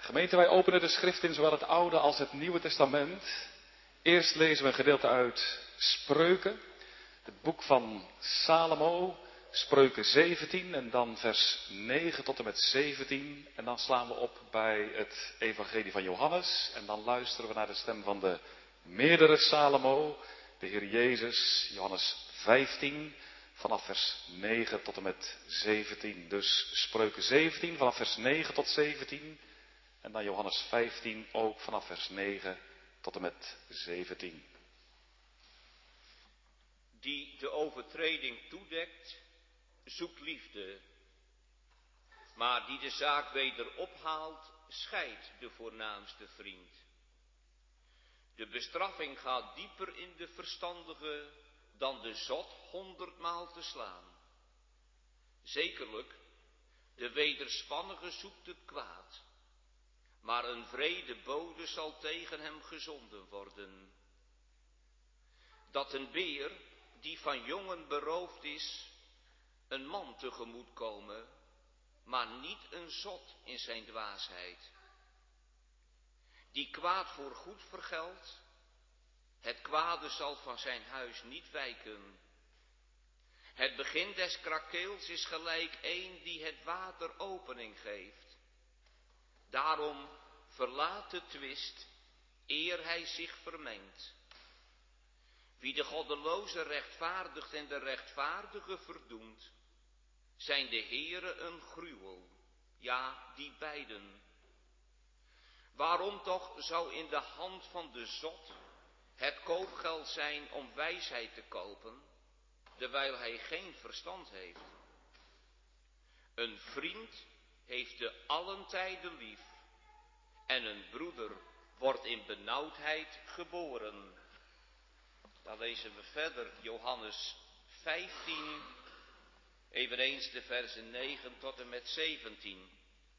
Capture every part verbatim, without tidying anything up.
Gemeente, wij openen de schrift in zowel het Oude als het Nieuwe Testament. Eerst lezen we een gedeelte uit Spreuken, het boek van Salomo, Spreuken zeventien en dan vers negen tot en met zeventien. En dan slaan we op bij het Evangelie van Johannes en dan luisteren we naar de stem van de meerdere Salomo, de Heer Jezus, Johannes vijftien. Vanaf vers negen tot en met zeventien. Dus Spreuken zeventien vanaf vers negen tot zeventien. En dan Johannes vijftien ook vanaf vers negen tot en met zeventien. Die de overtreding toedekt, zoekt liefde. Maar die de zaak weder ophaalt, scheidt de voornaamste vriend. De bestraffing gaat dieper in de verstandige dan de zot honderdmaal te slaan. Zekerlijk, de wederspannige zoekt het kwaad, maar een wrede bode zal tegen hem gezonden worden. Dat een beer, die van jongen beroofd is, een man tegemoet komen, maar niet een zot in zijn dwaasheid. Die kwaad voor goed vergeldt, het kwade zal van zijn huis niet wijken. Het begin des krakeels is gelijk een die het water opening geeft. Daarom verlaat de twist, eer hij zich vermengt. Wie de goddeloze rechtvaardigt en de rechtvaardige verdoemt, zijn de Heere een gruwel, ja, die beiden. Waarom toch zou in de hand van de zot het koopgeld zijn om wijsheid te kopen, terwijl hij geen verstand heeft? Een vriend heeft te allen tijden lief, en een broeder wordt in benauwdheid geboren. Dan lezen we verder Johannes vijftien, eveneens de versen negen tot en met zeventien.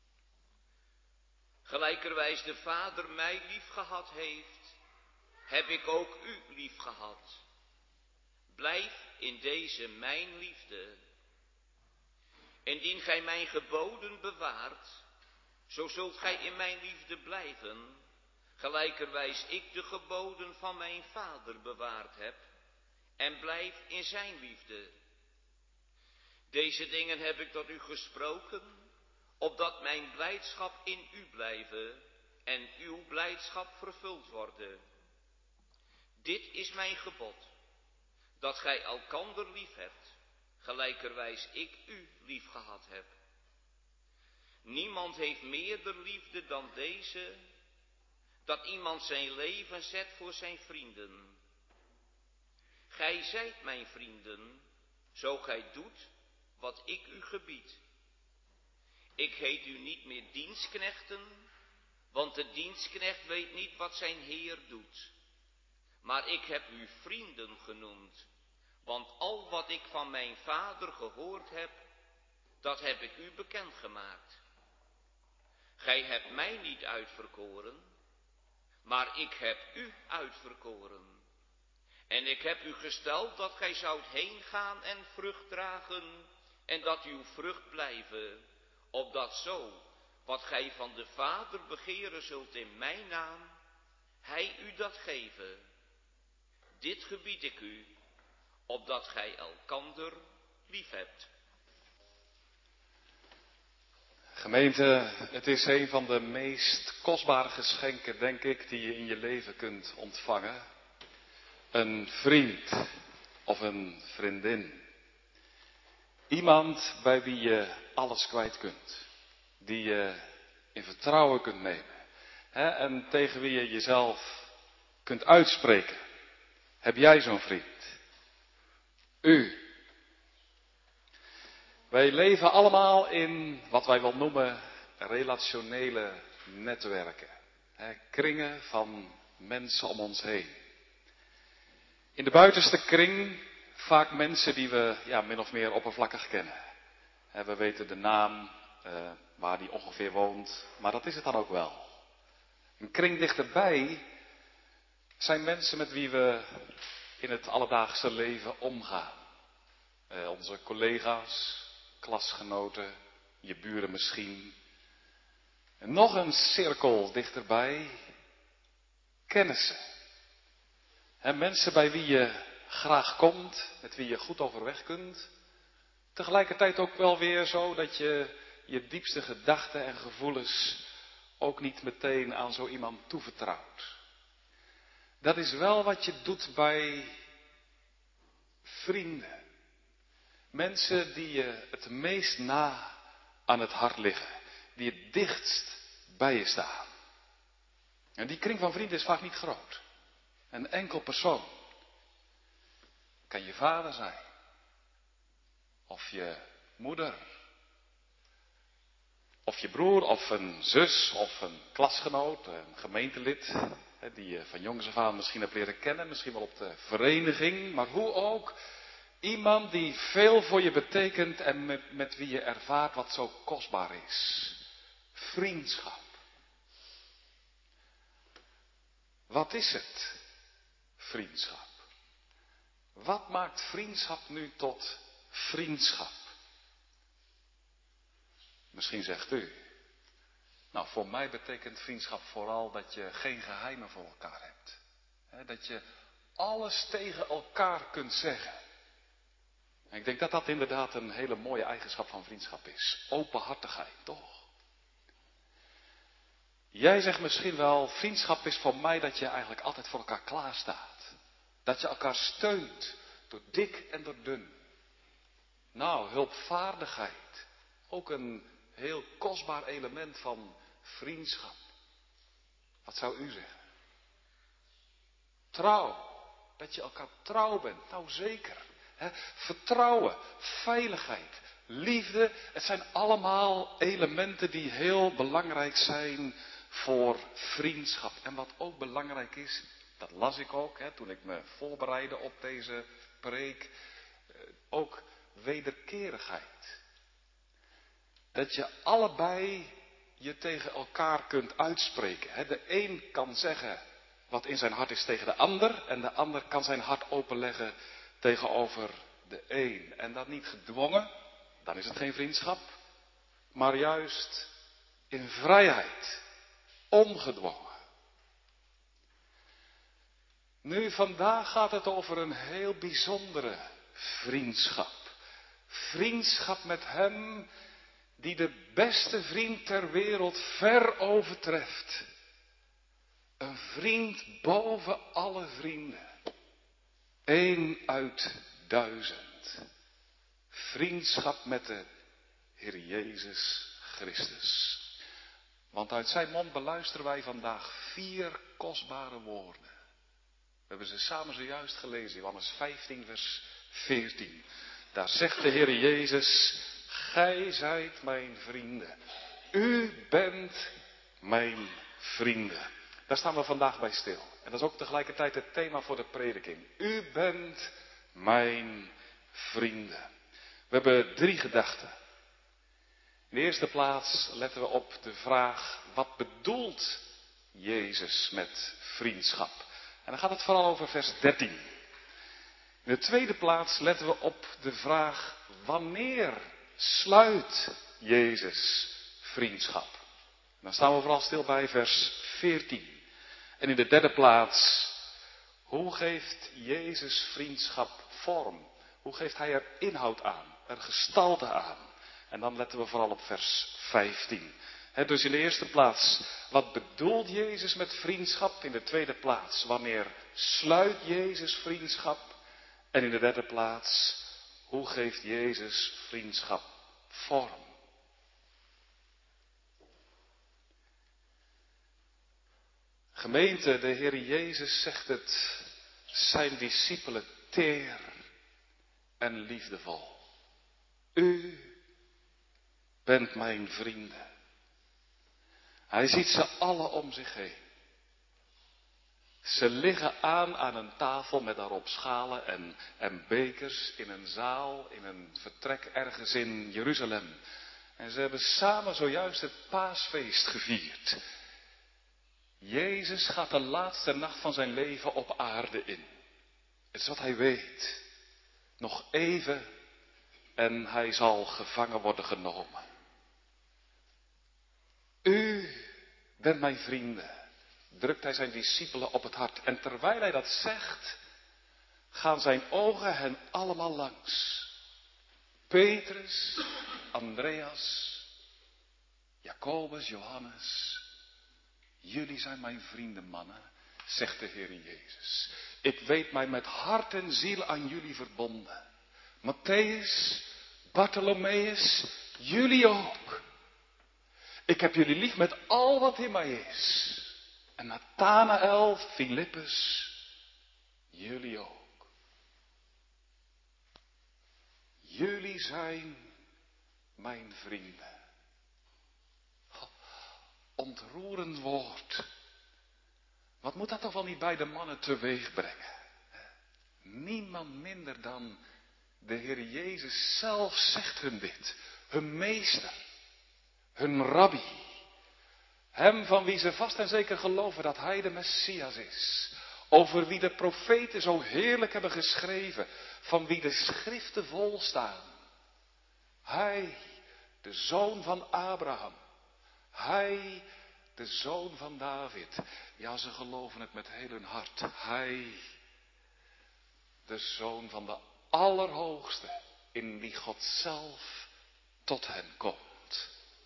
Gelijkerwijs de Vader mij lief gehad heeft, heb ik ook u lief gehad. Blijf in deze mijn liefde. Indien gij mijn geboden bewaart, zo zult gij in mijn liefde blijven, gelijkerwijs ik de geboden van mijn Vader bewaard heb en blijf in zijn liefde. Deze dingen heb ik tot u gesproken, opdat mijn blijdschap in u blijve en uw blijdschap vervuld worden. Dit is mijn gebod, dat gij elkander lief hebt, gelijkerwijs ik u lief gehad heb. Niemand heeft meerder liefde dan deze, dat iemand zijn leven zet voor zijn vrienden. Gij zijt mijn vrienden, zo gij doet wat ik u gebied. Ik heet u niet meer dienstknechten, want de dienstknecht weet niet wat zijn heer doet. Maar ik heb u vrienden genoemd, want al wat ik van mijn Vader gehoord heb, dat heb ik u bekendgemaakt. Gij hebt mij niet uitverkoren, maar ik heb u uitverkoren. En ik heb u gesteld dat gij zoudt heen gaan en vrucht dragen, en dat uw vrucht blijven, opdat zo, wat gij van de Vader begeren zult in mijn naam, hij u dat geven. Dit gebied ik u, opdat gij elkander lief hebt. Gemeente, het is een van de meest kostbare geschenken, denk ik, die je in je leven kunt ontvangen. Een vriend of een vriendin. Iemand bij wie je alles kwijt kunt. Die je in vertrouwen kunt nemen. Hè, en tegen wie je jezelf kunt uitspreken. Heb jij zo'n vriend? U. Wij leven allemaal in wat wij wel noemen relationele netwerken. Hè, kringen van mensen om ons heen. In de buitenste kring vaak mensen die we ja, min of meer oppervlakkig kennen. Hè, we weten de naam, uh, waar die ongeveer woont, maar dat is het dan ook wel. Een kring dichterbij zijn mensen met wie we in het alledaagse leven omgaan. Uh, onze collega's, klasgenoten, je buren misschien. En nog een cirkel dichterbij. Kennissen. He, mensen bij wie je graag komt, met wie je goed overweg kunt. Tegelijkertijd ook wel weer zo dat je je diepste gedachten en gevoelens ook niet meteen aan zo iemand toevertrouwt. Dat is wel wat je doet bij vrienden. Mensen die je het meest na aan het hart liggen. Die het dichtst bij je staan. En die kring van vrienden is vaak niet groot. Een enkel persoon. Kan je vader zijn. Of je moeder. Of je broer, of een zus, of een klasgenoot, een gemeentelid. Die je van jongs af aan misschien hebt leren kennen. Misschien wel op de vereniging. Maar hoe ook. Iemand die veel voor je betekent en met, met wie je ervaart wat zo kostbaar is. Vriendschap. Wat is het? Vriendschap. Wat maakt vriendschap nu tot vriendschap? Misschien zegt u. Nou, voor mij betekent vriendschap vooral dat je geen geheimen voor elkaar hebt. He, dat je alles tegen elkaar kunt zeggen. En ik denk dat dat inderdaad een hele mooie eigenschap van vriendschap is. Openhartigheid, toch? Jij zegt misschien wel, vriendschap is voor mij dat je eigenlijk altijd voor elkaar klaarstaat. Dat je elkaar steunt, door dik en door dun. Nou, hulpvaardigheid. Ook een heel kostbaar element van vriendschap. Wat zou u zeggen? Trouw. Dat je elkaar trouw bent. Nou zeker. He, vertrouwen, veiligheid, liefde. Het zijn allemaal elementen die heel belangrijk zijn voor vriendschap. En wat ook belangrijk is, dat las ik ook he, toen ik me voorbereidde op deze preek. Ook wederkerigheid. Dat je allebei je tegen elkaar kunt uitspreken. He, de een kan zeggen wat in zijn hart is tegen de ander. En de ander kan zijn hart openleggen tegenover de een. En dat niet gedwongen, dan is het geen vriendschap. Maar juist in vrijheid. Ongedwongen. Nu, vandaag gaat het over een heel bijzondere vriendschap. Vriendschap met hem die de beste vriend ter wereld ver overtreft. Een vriend boven alle vrienden. Eén uit duizend. Vriendschap met de Heer Jezus Christus. Want uit zijn mond beluisteren wij vandaag vier kostbare woorden. We hebben ze samen zojuist gelezen, Johannes vijftien vers veertien. Daar zegt de Heer Jezus, gij zijt mijn vrienden. U bent mijn vrienden. Daar staan we vandaag bij stil. En dat is ook tegelijkertijd het thema voor de prediking. U bent mijn vrienden. We hebben drie gedachten. In de eerste plaats letten we op de vraag, wat bedoelt Jezus met vriendschap? En dan gaat het vooral over vers dertien. In de tweede plaats letten we op de vraag, wanneer sluit Jezus vriendschap? En dan staan we vooral stil bij vers veertien. En in de derde plaats, hoe geeft Jezus vriendschap vorm? Hoe geeft hij er inhoud aan, er gestalte aan? En dan letten we vooral op vers vijftien. He, dus in de eerste plaats, wat bedoelt Jezus met vriendschap? In de tweede plaats, wanneer sluit Jezus vriendschap? En in de derde plaats, hoe geeft Jezus vriendschap vorm? Gemeente, de Heer Jezus zegt het zijn discipelen teer en liefdevol. U bent mijn vrienden. Hij ziet ze allen om zich heen. Ze liggen aan aan een tafel met daarop schalen en, en bekers in een zaal, in een vertrek ergens in Jeruzalem. En ze hebben samen zojuist het paasfeest gevierd. Jezus gaat de laatste nacht van zijn leven op aarde in. Het is wat hij weet. Nog even en hij zal gevangen worden genomen. U bent mijn vrienden, drukt hij zijn discipelen op het hart. En terwijl hij dat zegt, gaan zijn ogen hen allemaal langs. Petrus, Andreas, Jacobus, Johannes. Jullie zijn mijn vrienden, mannen, zegt de Heer Jezus. Ik weet mij met hart en ziel aan jullie verbonden. Matthäus, Bartholomeus, jullie ook. Ik heb jullie lief met al wat in mij is. En Nathanael, Filippus, jullie ook. Jullie zijn mijn vrienden. Ontroerend woord. Wat moet dat toch wel niet bij de mannen teweeg brengen? Niemand minder dan de Heer Jezus zelf zegt hun dit. Hun meester. Hun rabbi. Hem van wie ze vast en zeker geloven dat hij de Messias is. Over wie de profeten zo heerlijk hebben geschreven. Van wie de schriften vol staan. Hij, de zoon van Abraham. Hij, de zoon van David. Ja, ze geloven het met heel hun hart. Hij, de zoon van de Allerhoogste, in wie God zelf tot hen komt.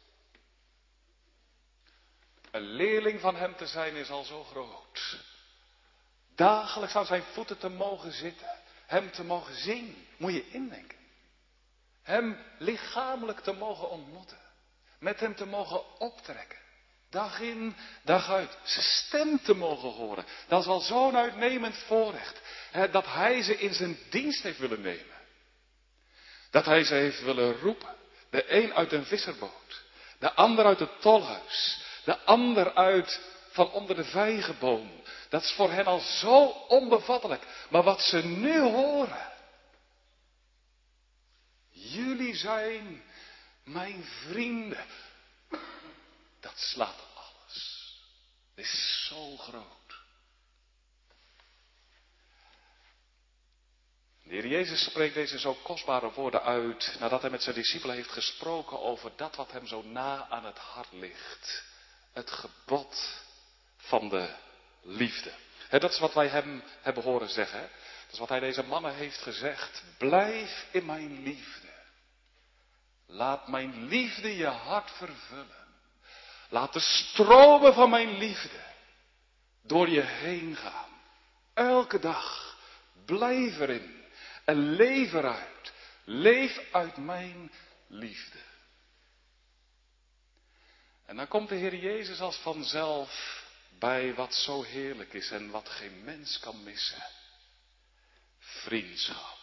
Een leerling van hem te zijn is al zo groot. Dagelijks aan zijn voeten te mogen zitten. Hem te mogen zien. Moet je indenken. Hem lichamelijk te mogen ontmoeten. Met hem te mogen optrekken. Dag in, dag uit. Zijn stem te mogen horen. Dat is al zo'n uitnemend voorrecht. Hè, dat hij ze in zijn dienst heeft willen nemen. Dat hij ze heeft willen roepen. De een uit een visserboot. De ander uit het tolhuis. De ander uit van onder de vijgenboom. Dat is voor hen al zo onbevattelijk. Maar wat ze nu horen. Jullie zijn mijn vrienden. Dat slaat alles. Het is zo groot. De Heer Jezus spreekt deze zo kostbare woorden uit nadat hij met zijn discipelen heeft gesproken over dat wat hem zo na aan het hart ligt. Het gebod van de liefde. He, dat is wat wij hem hebben horen zeggen. He. Dat is wat hij deze mannen heeft gezegd. Blijf in mijn liefde. Laat mijn liefde je hart vervullen. Laat de stromen van mijn liefde door je heen gaan. Elke dag. Blijf erin. En leef eruit. Leef uit mijn liefde. En dan komt de Heer Jezus als vanzelf bij wat zo heerlijk is en wat geen mens kan missen. Vriendschap.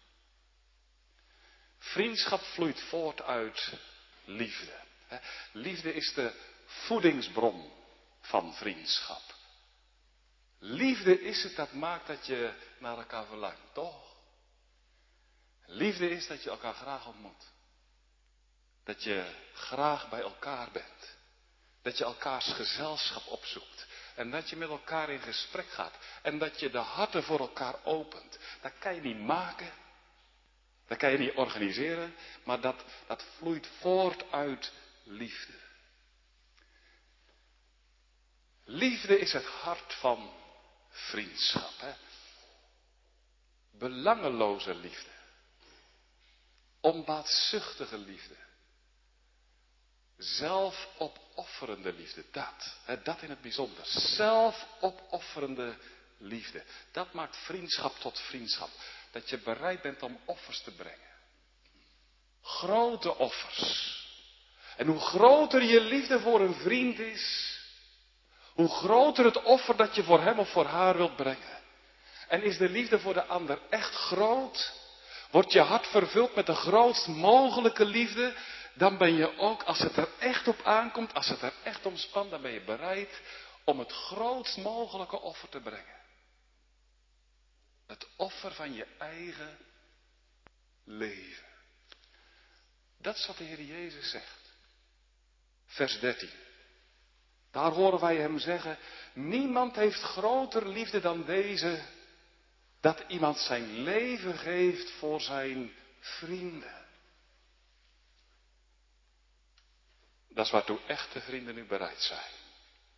Vriendschap vloeit voort uit liefde. Liefde is de voedingsbron van vriendschap. Liefde is het dat maakt dat je naar elkaar verlangt, toch? Liefde is dat je elkaar graag ontmoet. Dat je graag bij elkaar bent. Dat je elkaars gezelschap opzoekt. En dat je met elkaar in gesprek gaat. En dat je de harten voor elkaar opent. Dat kan je niet maken. Dat kan je niet organiseren. Maar dat, dat vloeit voort uit liefde. Liefde is het hart van vriendschap. Hè? Belangeloze liefde. Onbaatzuchtige liefde. Zelfopofferende liefde. Dat. Hè, dat in het bijzonder. Zelfopofferende liefde. Dat maakt vriendschap tot vriendschap. Dat je bereid bent om offers te brengen. Grote offers. En hoe groter je liefde voor een vriend is, hoe groter het offer dat je voor hem of voor haar wilt brengen. En is de liefde voor de ander echt groot? Wordt je hart vervuld met de grootst mogelijke liefde? Dan ben je ook, als het er echt op aankomt, als het er echt om spant, dan ben je bereid om het grootst mogelijke offer te brengen. Het offer van je eigen leven. Dat is wat de Heer Jezus zegt. Vers dertien. Daar horen wij hem zeggen, niemand heeft groter liefde dan deze, dat iemand zijn leven geeft voor zijn vrienden. Dat is waartoe echte vrienden nu bereid zijn.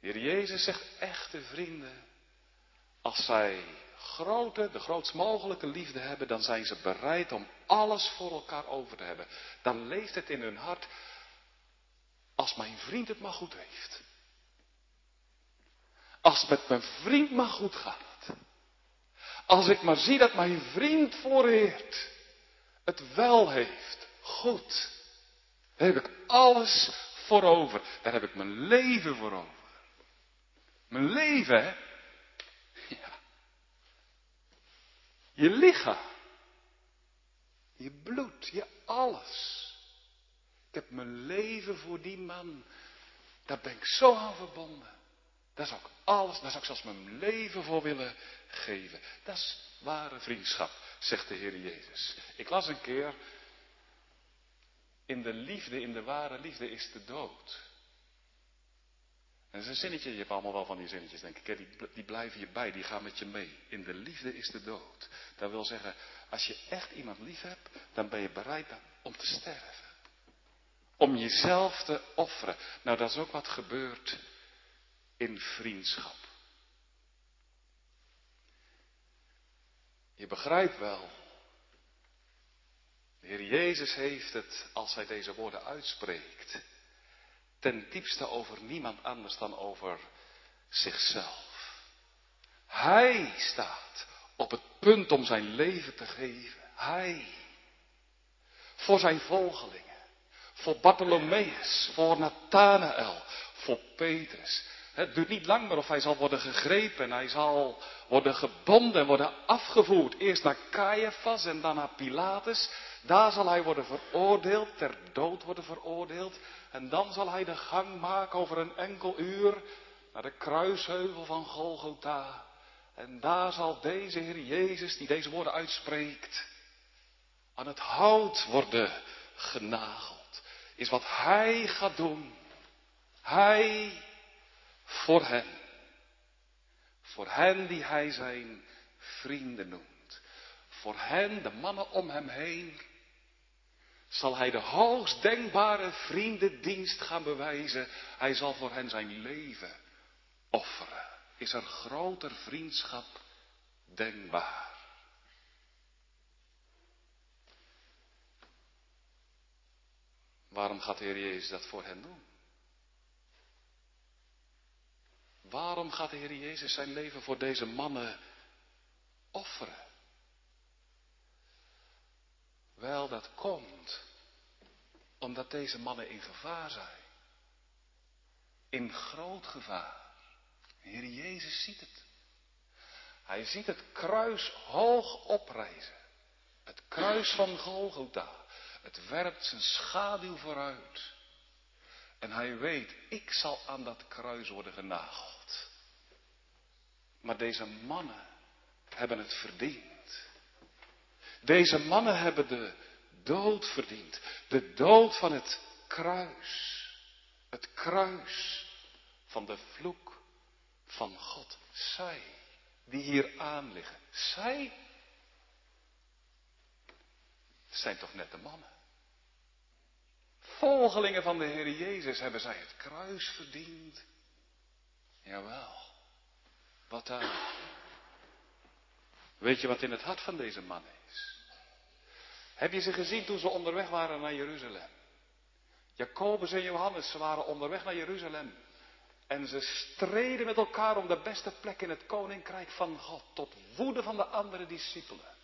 Heer Jezus zegt, echte vrienden, als zij grote, de grootst mogelijke liefde hebben, dan zijn ze bereid om alles voor elkaar over te hebben. Dan leeft het in hun hart, als mijn vriend het maar goed heeft. Als het met mijn vriend maar goed gaat. Als ik maar zie dat mijn vriend vooreert het wel heeft, goed. Daar heb ik alles voor over. Daar heb ik mijn leven voor over. Mijn leven, hè? Ja. Je lichaam. Je bloed, je alles. Ik heb mijn leven voor die man. Daar ben ik zo aan verbonden. Daar zou ik alles, daar zou ik zelfs mijn leven voor willen geven. Dat is ware vriendschap, zegt de Heer Jezus. Ik las een keer, in de liefde, in de ware liefde is de dood. En dat is een zinnetje, je hebt allemaal wel van die zinnetjes, denk ik. Hè? Die, die blijven je bij, die gaan met je mee. In de liefde is de dood. Dat wil zeggen, als je echt iemand lief hebt, dan ben je bereid om te sterven. Om jezelf te offeren. Nou, dat is ook wat gebeurt in vriendschap. Je begrijpt wel. De Heer Jezus heeft het, als hij deze woorden uitspreekt, ten diepste over niemand anders dan over zichzelf. Hij staat op het punt om zijn leven te geven. Hij. Voor zijn volgelingen. Voor Bartholomeus. Voor Nathanael. Voor Petrus. Het duurt niet lang meer of hij zal worden gegrepen. Hij zal worden gebonden en worden afgevoerd. Eerst naar Caiaphas en dan naar Pilatus. Daar zal hij worden veroordeeld. Ter dood worden veroordeeld. En dan zal hij de gang maken over een enkel uur naar de kruisheuvel van Golgotha. En daar zal deze Heer Jezus, die deze woorden uitspreekt, aan het hout worden genageld. Is wat hij gaat doen. Hij voor hen. Voor hen die hij zijn vrienden noemt. Voor hen, de mannen om hem heen, zal hij de hoogst denkbare vriendendienst gaan bewijzen. Hij zal voor hen zijn leven offeren. Is er groter vriendschap denkbaar? Waarom gaat de Heer Jezus dat voor hen doen? Waarom gaat de Heer Jezus zijn leven voor deze mannen offeren? Wel, dat komt omdat deze mannen in gevaar zijn. In groot gevaar. De Heer Jezus ziet het. Hij ziet het kruis hoog oprijzen. Het kruis van Golgotha. Het werpt zijn schaduw vooruit. En hij weet, ik zal aan dat kruis worden genageld. Maar deze mannen hebben het verdiend. Deze mannen hebben de dood verdiend. De dood van het kruis. Het kruis van de vloek van God. Zij die hier aan liggen. Zij zijn toch net de mannen. Volgelingen van de Heer Jezus, hebben zij het kruis verdiend? Jawel. Wat dan? Weet je wat in het hart van deze man is? Heb je ze gezien toen ze onderweg waren naar Jeruzalem? Jacobus en Johannes, ze waren onderweg naar Jeruzalem. En ze streden met elkaar om de beste plek in het koninkrijk van God. Tot woede van de andere discipelen.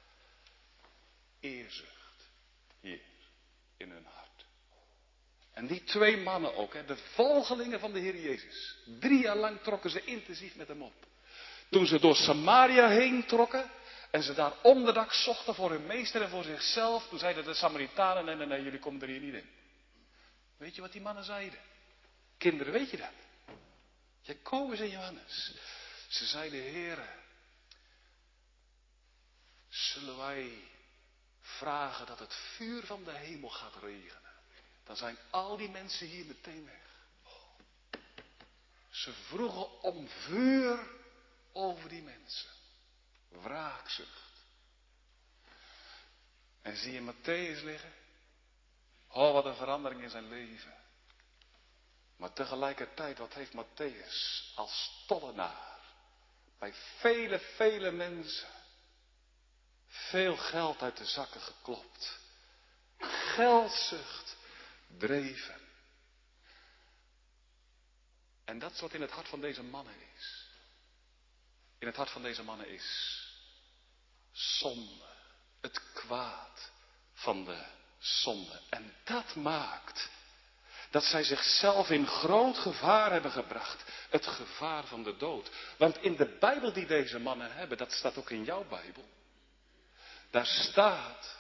Eerzucht. Hier. In hun hart. En die twee mannen ook, hè, de volgelingen van de Heer Jezus. Drie jaar lang trokken ze intensief met hem op. Toen ze door Samaria heen trokken en ze daar onderdak zochten voor hun meester en voor zichzelf. Toen zeiden de Samaritanen, nee, nee, nee, jullie komen er hier niet in. Weet je wat die mannen zeiden? Kinderen, weet je dat? Jacobus en Johannes. Ze zeiden, Heere, zullen wij vragen dat het vuur van de hemel gaat regenen? Dan zijn al die mensen hier meteen weg. Ze vroegen om vuur over die mensen. Wraakzucht. En zie je Matthäus liggen? Oh, wat een verandering in zijn leven. Maar tegelijkertijd, wat heeft Mattheüs als tollenaar bij vele, vele mensen veel geld uit de zakken geklopt. Geldzucht dreven. En dat is wat in het hart van deze mannen is. In het hart van deze mannen is zonde. Het kwaad van de zonde. En dat maakt dat zij zichzelf in groot gevaar hebben gebracht. Het gevaar van de dood. Want in de Bijbel die deze mannen hebben, dat staat ook in jouw Bijbel. Daar staat: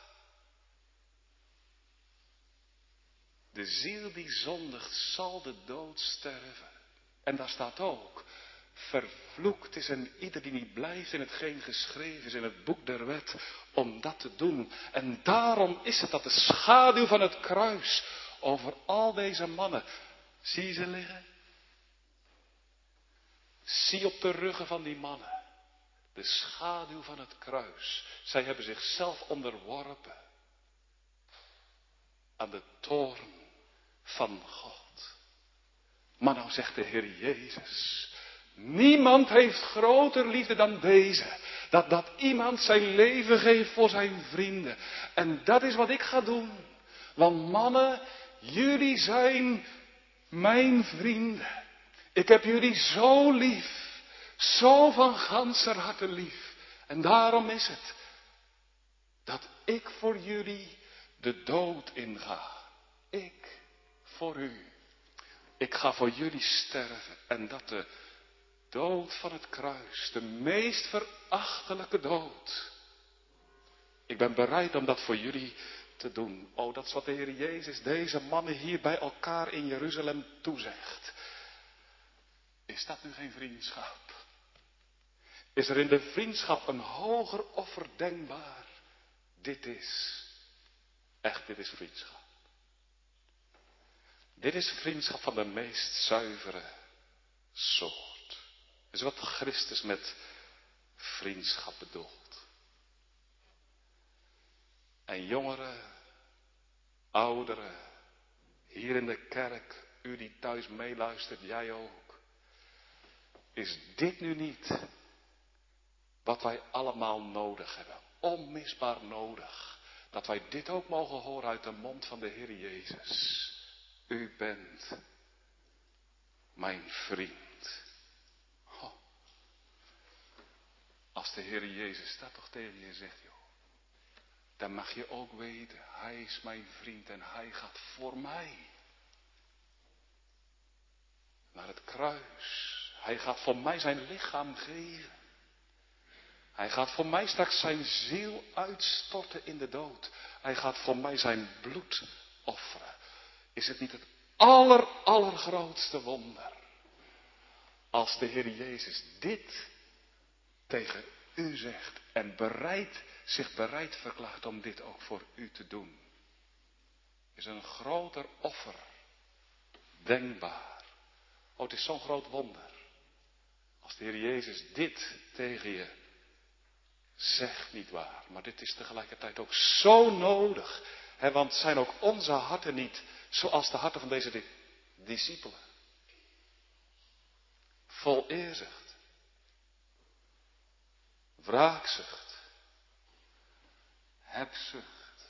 de ziel die zondigt zal de dood sterven. En daar staat ook: vervloekt is een ieder die niet blijft in hetgeen geschreven is in het boek der wet, om dat te doen. En daarom is het dat de schaduw van het kruis over al deze mannen, zie je ze liggen? Zie op de ruggen van die mannen de schaduw van het kruis. Zij hebben zichzelf onderworpen aan de toorn van God. Maar nou zegt de Heer Jezus: niemand heeft groter liefde dan deze. Dat, dat iemand zijn leven geeft voor zijn vrienden. En dat is wat ik ga doen. Want mannen, jullie zijn mijn vrienden. Ik heb jullie zo lief. Zo van ganser harte lief. En daarom is het dat ik voor jullie de dood inga. Ik voor u. Ik ga voor jullie sterven. En dat de dood van het kruis, de meest verachtelijke dood. Ik ben bereid om dat voor jullie te doen. Oh, dat is wat de Heer Jezus deze mannen hier bij elkaar in Jeruzalem toezegt. Is dat nu geen vriendschap? Is er in de vriendschap een hoger offer denkbaar? Dit is, echt dit is vriendschap. Dit is vriendschap van de meest zuivere soort. Dat is wat Christus met vriendschap bedoelt. En jongeren, ouderen, hier in de kerk, u die thuis meeluistert, jij ook. Is dit nu niet wat wij allemaal nodig hebben? Onmisbaar nodig. Dat wij dit ook mogen horen uit de mond van de Heer Jezus. U bent mijn vriend. Oh. Als de Heer Jezus dat toch tegen je zegt, joh. Dan mag je ook weten, hij is mijn vriend en hij gaat voor mij naar het kruis. Hij gaat voor mij zijn lichaam geven. Hij gaat voor mij straks zijn ziel uitstorten in de dood. Hij gaat voor mij zijn bloed offeren. Is het niet het aller, allergrootste wonder als de Heer Jezus dit tegen u zegt en bereid, zich bereid verklaart om dit ook voor u te doen? Is een groter offer denkbaar? Oh, het is zo'n groot wonder als de Heer Jezus dit tegen je zegt, niet waar. Maar dit is tegelijkertijd ook zo nodig. Hè, want zijn ook onze harten niet zoals de harten van deze di- discipelen? Vol eerzucht. Wraakzucht. Hebzucht.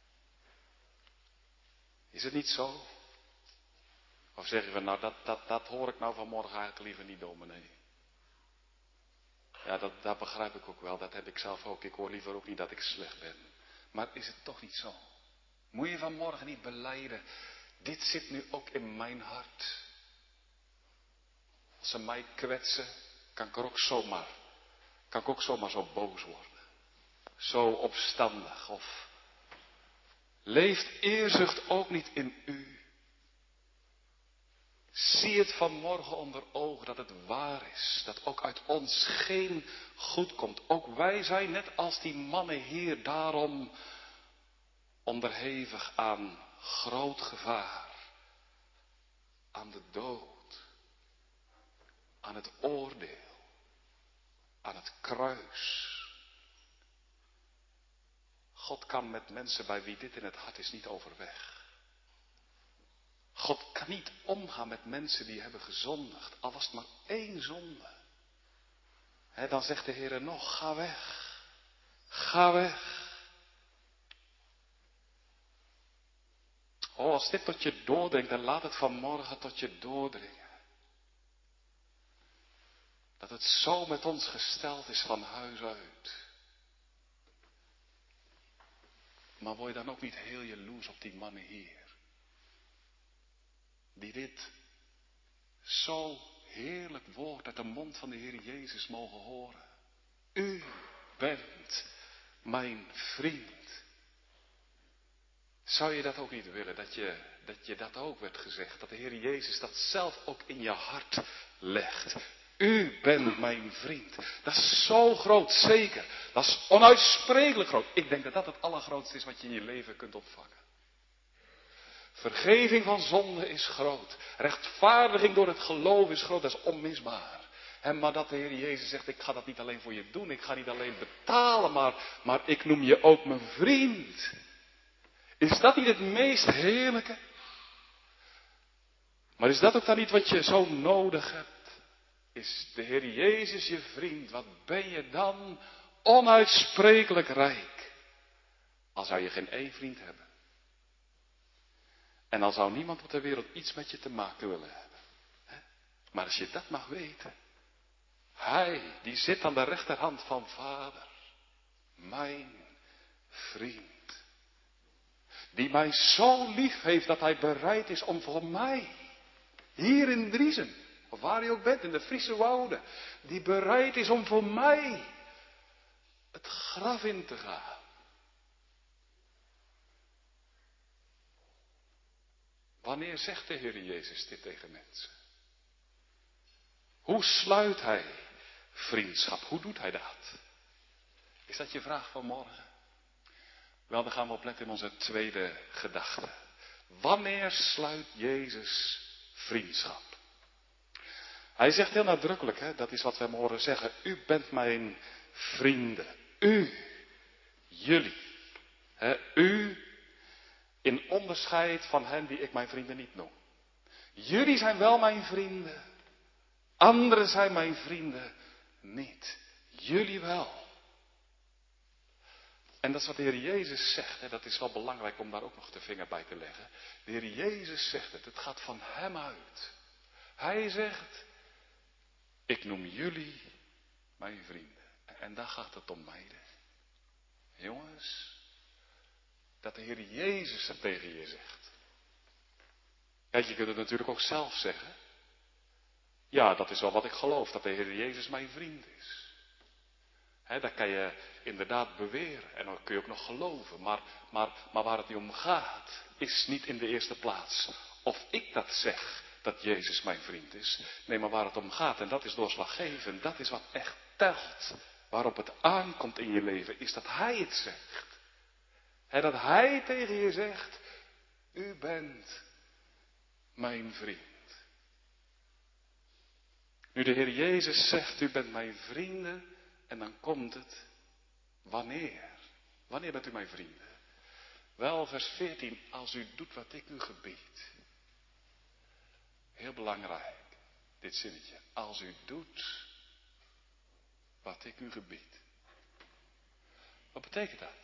Is het niet zo? Of zeg je van, nou dat, dat, dat hoor ik nou vanmorgen eigenlijk liever niet, dominee. Ja, dat, dat begrijp ik ook wel. Dat heb ik zelf ook. Ik hoor liever ook niet dat ik slecht ben. Maar is het toch niet zo? Moet je vanmorgen niet belijden. Dit zit nu ook in mijn hart. Als ze mij kwetsen, kan ik er ook zomaar, kan ik ook zomaar zo boos worden. Zo opstandig. Of leeft eerzucht ook niet in u? Zie het vanmorgen onder ogen dat het waar is. Dat ook uit ons geen goed komt. Ook wij zijn net als die mannen hier daarom onderhevig aan groot gevaar. Aan de dood. Aan het oordeel. Aan het kruis. God kan met mensen bij wie dit in het hart is niet overweg. God kan niet omgaan met mensen die hebben gezondigd. Al was het maar één zonde. He, dan zegt de Heer nog, ga weg. Ga weg. Oh, als dit tot je doordringt, dan laat het vanmorgen tot je doordringen. Dat het zo met ons gesteld is van huis uit. Maar word je dan ook niet heel jaloers op die mannen hier? Die dit zo heerlijk woord uit de mond van de Heer Jezus mogen horen. U bent mijn vriend. Zou je dat ook niet willen, dat je, dat je dat ook werd gezegd? Dat de Heer Jezus dat zelf ook in je hart legt. U bent mijn vriend. Dat is zo groot, zeker. Dat is onuitsprekelijk groot. Ik denk dat dat het allergrootste is wat je in je leven kunt ontvangen. Vergeving van zonde is groot. Rechtvaardiging door het geloof is groot. Dat is onmisbaar. En maar dat de Heer Jezus zegt, ik ga dat niet alleen voor je doen. Ik ga niet alleen betalen, maar, maar ik noem je ook mijn vriend. Is dat niet het meest heerlijke? Maar is dat ook dan niet wat je zo nodig hebt? Is de Heer Jezus je vriend? Wat ben je dan onuitsprekelijk rijk? Al zou je geen één vriend hebben. En al zou niemand op de wereld iets met je te maken willen hebben. Maar als je dat mag weten. Hij, die zit aan de rechterhand van Vader. Mijn vriend. Die mij zo lief heeft dat hij bereid is om voor mij, hier in Driessen, of waar je ook bent, in de Friese wouden, die bereid is om voor mij het graf in te gaan. Wanneer zegt de Heer Jezus dit tegen mensen? Hoe sluit hij vriendschap? Hoe doet hij dat? Is dat je vraag van morgen? Wel, dan gaan we opletten in onze tweede gedachte. Wanneer sluit Jezus vriendschap? Hij zegt heel nadrukkelijk, hè, dat is wat we hem horen zeggen. U bent mijn vrienden. U, jullie. Hè, u, in onderscheid van hen die ik mijn vrienden niet noem. Jullie zijn wel mijn vrienden. Anderen zijn mijn vrienden niet. Jullie wel. En dat is wat de Heer Jezus zegt. Hè, dat is wel belangrijk om daar ook nog de vinger bij te leggen. De Heer Jezus zegt het. Het gaat van hem uit. Hij zegt. Ik noem jullie mijn vrienden. En daar gaat het om, meiden. Jongens. Dat de Heer Jezus het tegen je zegt. Kijk, je kunt het natuurlijk ook zelf zeggen. Ja, dat is wel wat ik geloof. Dat de Heer Jezus mijn vriend is. He, dat kan je inderdaad beweren. En dan kun je ook nog geloven. Maar, maar, maar waar het niet om gaat, is niet in de eerste plaats of ik dat zeg, dat Jezus mijn vriend is. Nee, maar waar het om gaat, en dat is doorslaggevend, dat is wat echt telt. Waarop het aankomt in je leven, is dat Hij het zegt. He, dat Hij tegen je zegt, u bent mijn vriend. Nu de Heer Jezus zegt, u bent mijn vrienden. En dan komt het, wanneer? Wanneer bent u mijn vrienden? Wel, vers veertien, als u doet wat ik u gebied. Heel belangrijk, dit zinnetje. Als u doet wat ik u gebied. Wat betekent dat?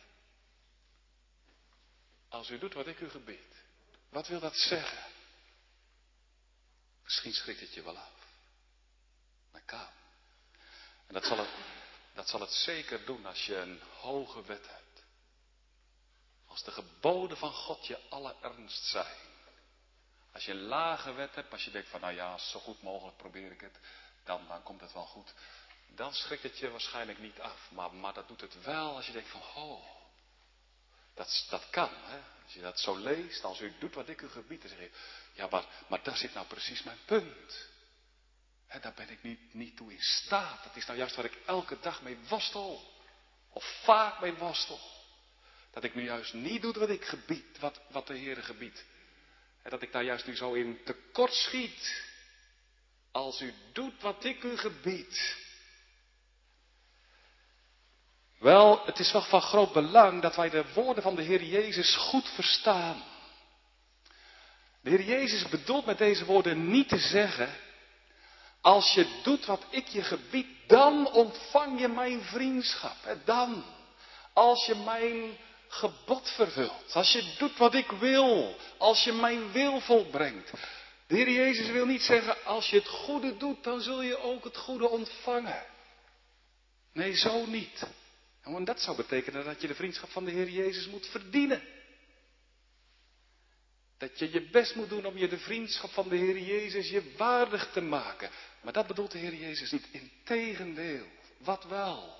Als u doet wat ik u gebied. Wat wil dat zeggen? Misschien schrikt het je wel af. Dat kan. En dat zal het... Dat zal het zeker doen als je een hoge wet hebt. Als de geboden van God je allerernst zijn. Als je een lage wet hebt, als je denkt van nou ja, zo goed mogelijk probeer ik het. Dan, dan komt het wel goed. Dan schrikt het je waarschijnlijk niet af. Maar, maar dat doet het wel als je denkt van oh. Dat, dat kan hè. Als je dat zo leest, als u doet wat ik u gebied. Dan zeg je ja maar, maar daar zit nou precies mijn punt. He, daar ben ik niet, niet toe in staat. Dat is nou juist waar ik elke dag mee worstel. Of vaak mee worstel. Dat ik nu juist niet doe wat ik gebied. Wat, wat de Heere gebiedt. En dat ik daar juist nu zo in tekort schiet. Als u doet wat ik u gebied. Wel, het is wel van groot belang dat wij de woorden van de Heer Jezus goed verstaan. De Heer Jezus bedoelt met deze woorden niet te zeggen, als je doet wat ik je gebied, dan ontvang je mijn vriendschap. Dan, als je mijn gebod vervult, als je doet wat ik wil, als je mijn wil volbrengt. De Heer Jezus wil niet zeggen, als je het goede doet, dan zul je ook het goede ontvangen. Nee, zo niet. Want dat zou betekenen dat je de vriendschap van de Heer Jezus moet verdienen. Dat je je best moet doen om je de vriendschap van de Heer Jezus je waardig te maken. Maar dat bedoelt de Heer Jezus niet. Integendeel. Wat wel?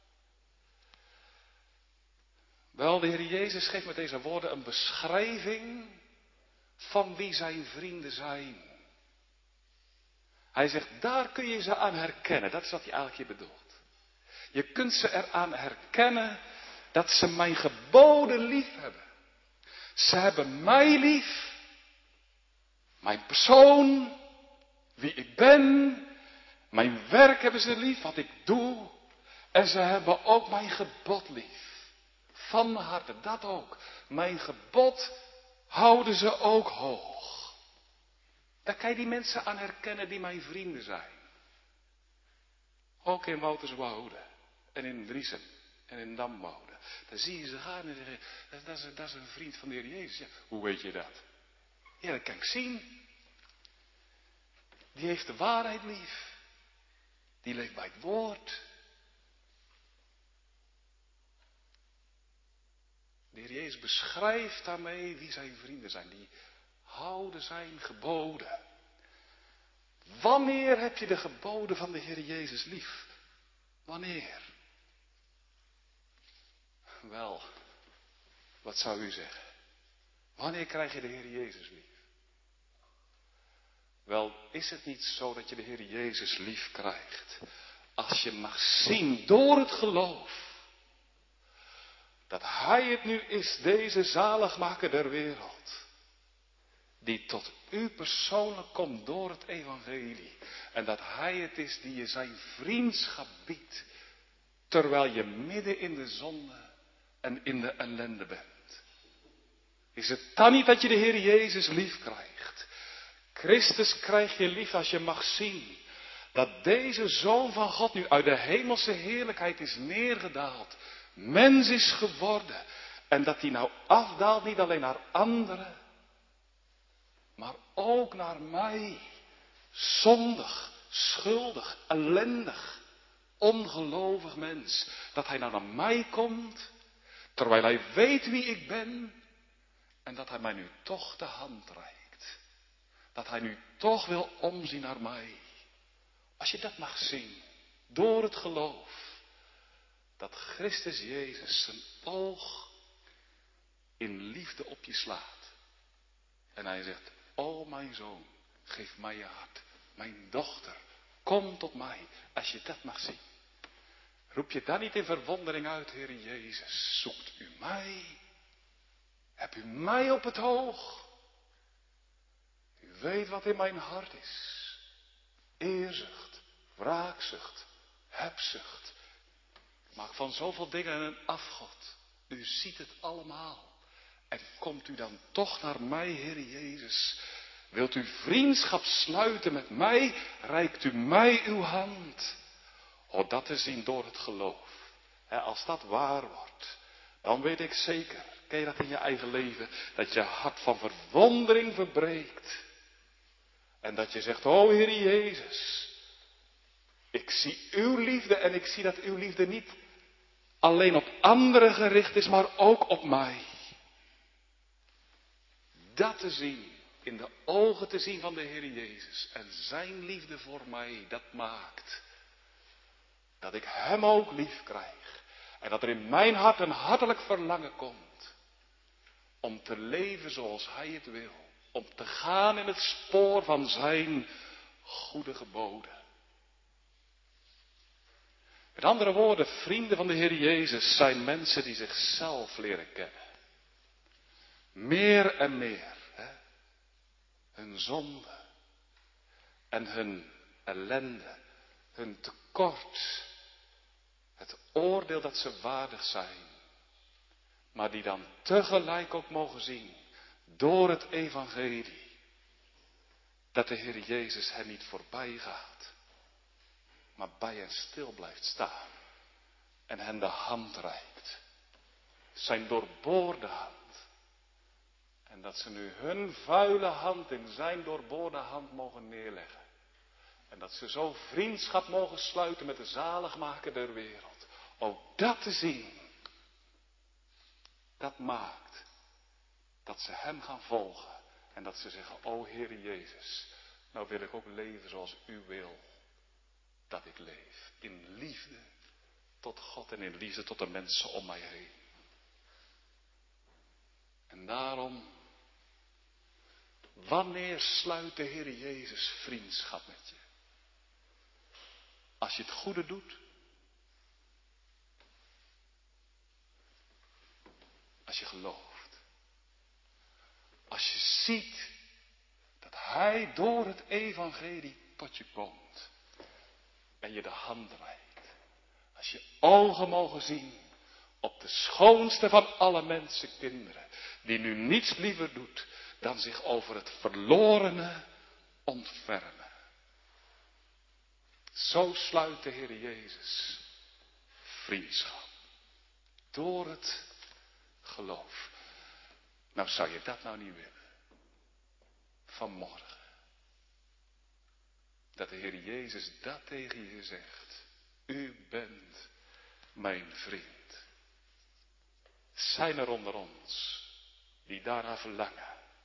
Wel, de Heer Jezus geeft met deze woorden een beschrijving van wie zijn vrienden zijn. Hij zegt, daar kun je ze aan herkennen. Dat is wat hij eigenlijk hier bedoelt. Je kunt ze eraan herkennen dat ze mijn geboden lief hebben. Ze hebben mij lief, mijn persoon, wie ik ben, mijn werk hebben ze lief, wat ik doe. En ze hebben ook mijn gebod lief. Van harte, dat ook. Mijn gebod houden ze ook hoog. Daar kan je die mensen aan herkennen die mijn vrienden zijn. Ook in Wouterswoude en in Driesem en in Damwoude. Dan zie je ze gaan en zeggen, dat, dat, is, dat is een vriend van de Heer Jezus. Ja, hoe weet je dat? Ja, dat kan ik zien. Die heeft de waarheid lief. Die leeft bij het woord. De Heer Jezus beschrijft daarmee wie zijn vrienden zijn. Die houden zijn geboden. Wanneer heb je de geboden van de Heer Jezus lief? Wanneer? Wel, wat zou u zeggen? Wanneer krijg je de Heer Jezus lief? Wel, is het niet zo dat je de Heer Jezus lief krijgt, als je mag zien door het geloof, dat Hij het nu is, deze zaligmaker der wereld, die tot u persoonlijk komt door het evangelie, en dat Hij het is die je zijn vriendschap biedt, terwijl je midden in de zonde en in de ellende bent. Is het dan niet dat je de Heer Jezus lief krijgt? Christus krijg je lief als je mag zien dat deze Zoon van God nu uit de hemelse heerlijkheid is neergedaald, mens is geworden en dat hij nou afdaalt niet alleen naar anderen, maar ook naar mij, zondig, schuldig, ellendig, ongelovig mens. Dat hij nou naar mij komt, terwijl hij weet wie ik ben, en dat hij mij nu toch de hand reikt. Dat hij nu toch wil omzien naar mij. Als je dat mag zien, door het geloof, dat Christus Jezus zijn oog in liefde op je slaat. En hij zegt, o mijn zoon, geef mij je hart. Mijn dochter, kom tot mij. Als je dat mag zien. Roep je dan niet in verwondering uit, Heer Jezus, zoekt u mij? Heb u mij op het oog? U weet wat in mijn hart is. Eerzucht, wraakzucht, hebzucht. Ik maak van zoveel dingen een afgod. U ziet het allemaal. En komt u dan toch naar mij, Heer Jezus? Wilt u vriendschap sluiten met mij? Reikt u mij uw hand? O, dat te zien door het geloof. He, als dat waar wordt, dan weet ik zeker, ken je dat in je eigen leven, dat je hart van verwondering verbreekt. En dat je zegt, o Heer Jezus, ik zie uw liefde en ik zie dat uw liefde niet alleen op anderen gericht is, maar ook op mij. Dat te zien, in de ogen te zien van de Heer Jezus en zijn liefde voor mij, dat maakt dat ik hem ook lief krijg. En dat er in mijn hart een hartelijk verlangen komt om te leven zoals hij het wil. Om te gaan in het spoor van zijn goede geboden. Met andere woorden, vrienden van de Heer Jezus zijn mensen die zichzelf leren kennen. Meer en meer. Hè? Hun zonde en hun ellende, hun tekort, het oordeel dat ze waardig zijn. Maar die dan tegelijk ook mogen zien, door het evangelie, dat de Heer Jezus hen niet voorbij gaat, maar bij hen stil blijft staan en hen de hand reikt. Zijn doorboorde hand. En dat ze nu hun vuile hand in zijn doorboorde hand mogen neerleggen. En dat ze zo vriendschap mogen sluiten met de zaligmaker der wereld. Ook dat te zien. Dat maakt dat ze hem gaan volgen. En dat ze zeggen, o Heer Jezus, nou wil ik ook leven zoals u wil dat ik leef. In liefde tot God en in liefde tot de mensen om mij heen. En daarom, wanneer sluit de Heer Jezus vriendschap met je? Als je het goede doet. Als je gelooft. Als je ziet dat Hij door het evangelie tot je komt. En je de hand reikt. Als je ogen mogen zien op de schoonste van alle mensenkinderen. Die nu niets liever doet dan zich over het verlorene ontfermen. Zo sluit de Heer Jezus vriendschap. Door het geloof. Nou, zou je dat nou niet willen? Vanmorgen. Dat de Heer Jezus dat tegen je zegt. U bent mijn vriend. Zijn er onder ons die daarna verlangen?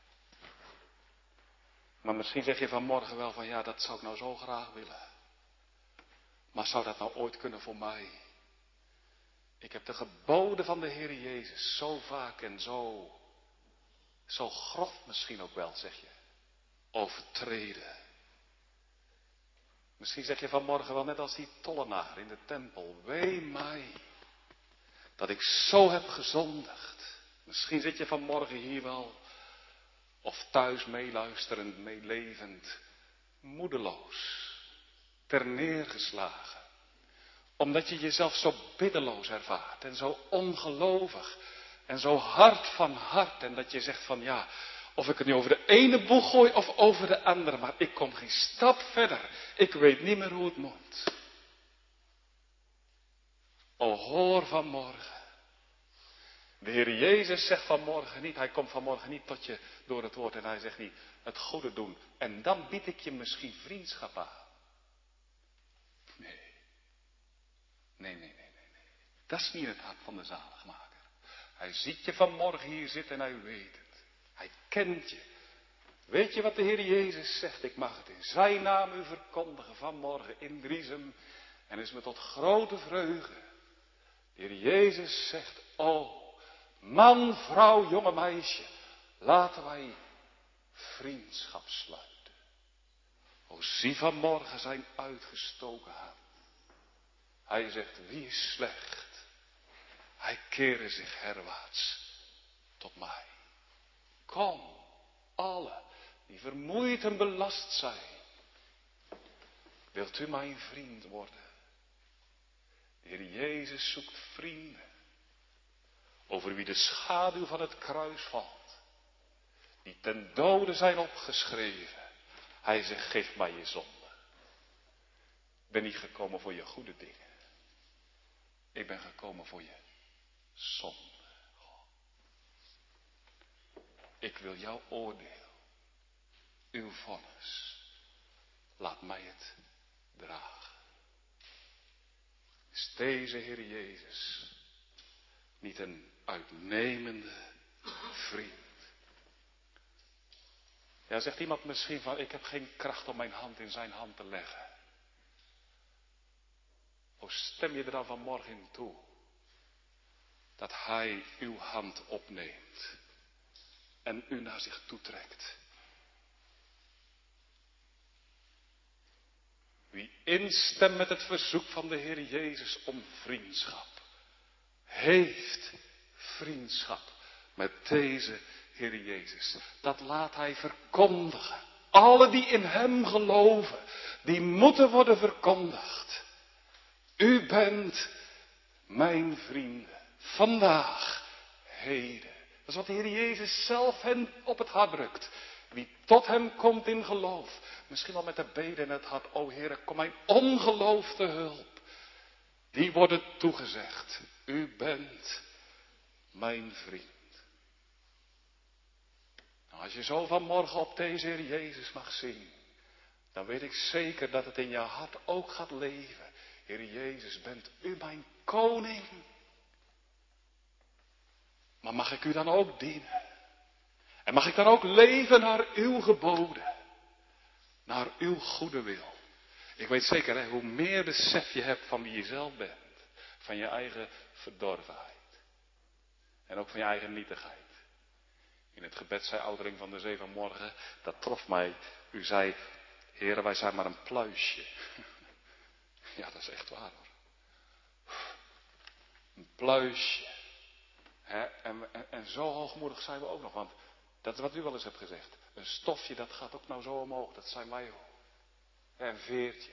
Maar misschien zeg je vanmorgen wel van ja, dat zou ik nou zo graag willen. Maar zou dat nou ooit kunnen voor mij? Ik heb de geboden van de Heer Jezus zo vaak en zo, zo grof misschien ook wel, zeg je, overtreden. Misschien zeg je vanmorgen wel net als die tollenaar in de tempel, wee mij, dat ik zo heb gezondigd. Misschien zit je vanmorgen hier wel, of thuis meeluisterend, meelevend, moedeloos, terneergeslagen. Omdat je jezelf zo biddeloos ervaart en zo ongelovig en zo hard van hart. En dat je zegt van ja, of ik het nu over de ene boeg gooi of over de andere, maar ik kom geen stap verder. Ik weet niet meer hoe het moet. O, hoor vanmorgen. De Heer Jezus zegt vanmorgen niet, hij komt vanmorgen niet tot je door het woord en hij zegt niet het goede doen. En dan bied ik je misschien vriendschap aan. Nee. Nee, nee, nee, nee, nee. Dat is niet het hart van de zaligmaker. Hij ziet je vanmorgen hier zitten en hij weet het. Hij kent je. Weet je wat de Heer Jezus zegt? Ik mag het in zijn naam u verkondigen vanmorgen in Driesem. En is me tot grote vreugde. De Heer Jezus zegt, o, man, vrouw, jonge meisje, laten wij vriendschap sluiten. O, zie vanmorgen zijn uitgestoken hand. Hij zegt, wie is slecht? Hij kere zich herwaarts tot mij. Kom, alle die vermoeid en belast zijn. Wilt u mijn vriend worden? De Heer Jezus zoekt vrienden. Over wie de schaduw van het kruis valt. Die ten dode zijn opgeschreven. Hij zegt, geef mij je zonde. Ik ben niet gekomen voor je goede dingen. Ik ben gekomen voor je zonde. Ik wil jouw oordeel, uw vonnis. Laat mij het dragen. Is deze Heer Jezus niet een uitnemende vriend? Ja, zegt iemand misschien van, ik heb geen kracht om mijn hand in zijn hand te leggen. O, stem je er dan vanmorgen in toe, dat hij uw hand opneemt en u naar zich toetrekt. Wie instemt met het verzoek van de Heer Jezus om vriendschap, heeft vriendschap met deze Heer Jezus. Dat laat hij verkondigen. Alle die in hem geloven, die moeten worden verkondigd. U bent mijn vrienden, vandaag, heden. Dat is wat de Heer Jezus zelf hen op het hart drukt. Wie tot hem komt in geloof. Misschien wel met de bede in het hart. O Heere, kom mijn ongeloof te hulp. Die worden toegezegd. U bent mijn vriend. Nou, als je zo vanmorgen op deze Heer Jezus mag zien. Dan weet ik zeker dat het in je hart ook gaat leven. Heer Jezus, bent u mijn koning? Maar mag ik u dan ook dienen? En mag ik dan ook leven naar uw geboden? Naar uw goede wil? Ik weet zeker, hè, hoe meer besef je hebt van wie je zelf bent. Van je eigen verdorvenheid. En ook van je eigen nietigheid. In het gebed zei Oudering van de Zee vanmorgen, dat trof mij. U zei, Heere, wij zijn maar een pluisje. Ja, dat is echt waar hoor. Een pluisje. He, en, en, en zo hoogmoedig zijn we ook nog. Want dat is wat u wel eens hebt gezegd. Een stofje dat gaat ook nou zo omhoog. Dat zijn wij ook. Een veertje.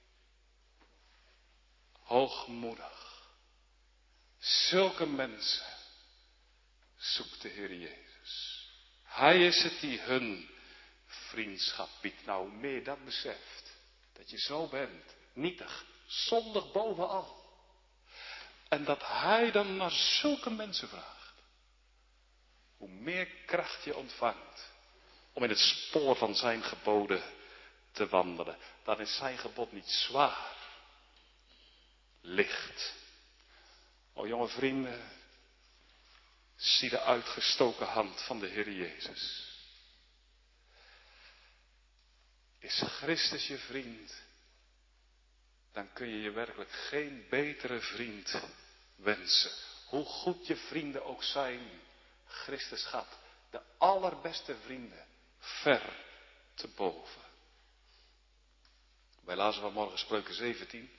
Hoogmoedig. Zulke mensen zoekt de Heer Jezus. Hij is het die hun vriendschap biedt. Nou, hoe meer je dat beseft. Dat je zo bent. Nietig. Zondig bovenal. En dat hij dan naar zulke mensen vraagt. Hoe meer kracht je ontvangt. Om in het spoor van zijn geboden te wandelen. Dan is zijn gebod niet zwaar. Licht. O jonge vrienden. Zie de uitgestoken hand van de Heer Jezus. Is Christus je vriend? Dan kun je je werkelijk geen betere vriend wensen. Hoe goed je vrienden ook zijn. Christus gaat de allerbeste vrienden ver te boven. Wij lazen vanmorgen Spreuken zeventien.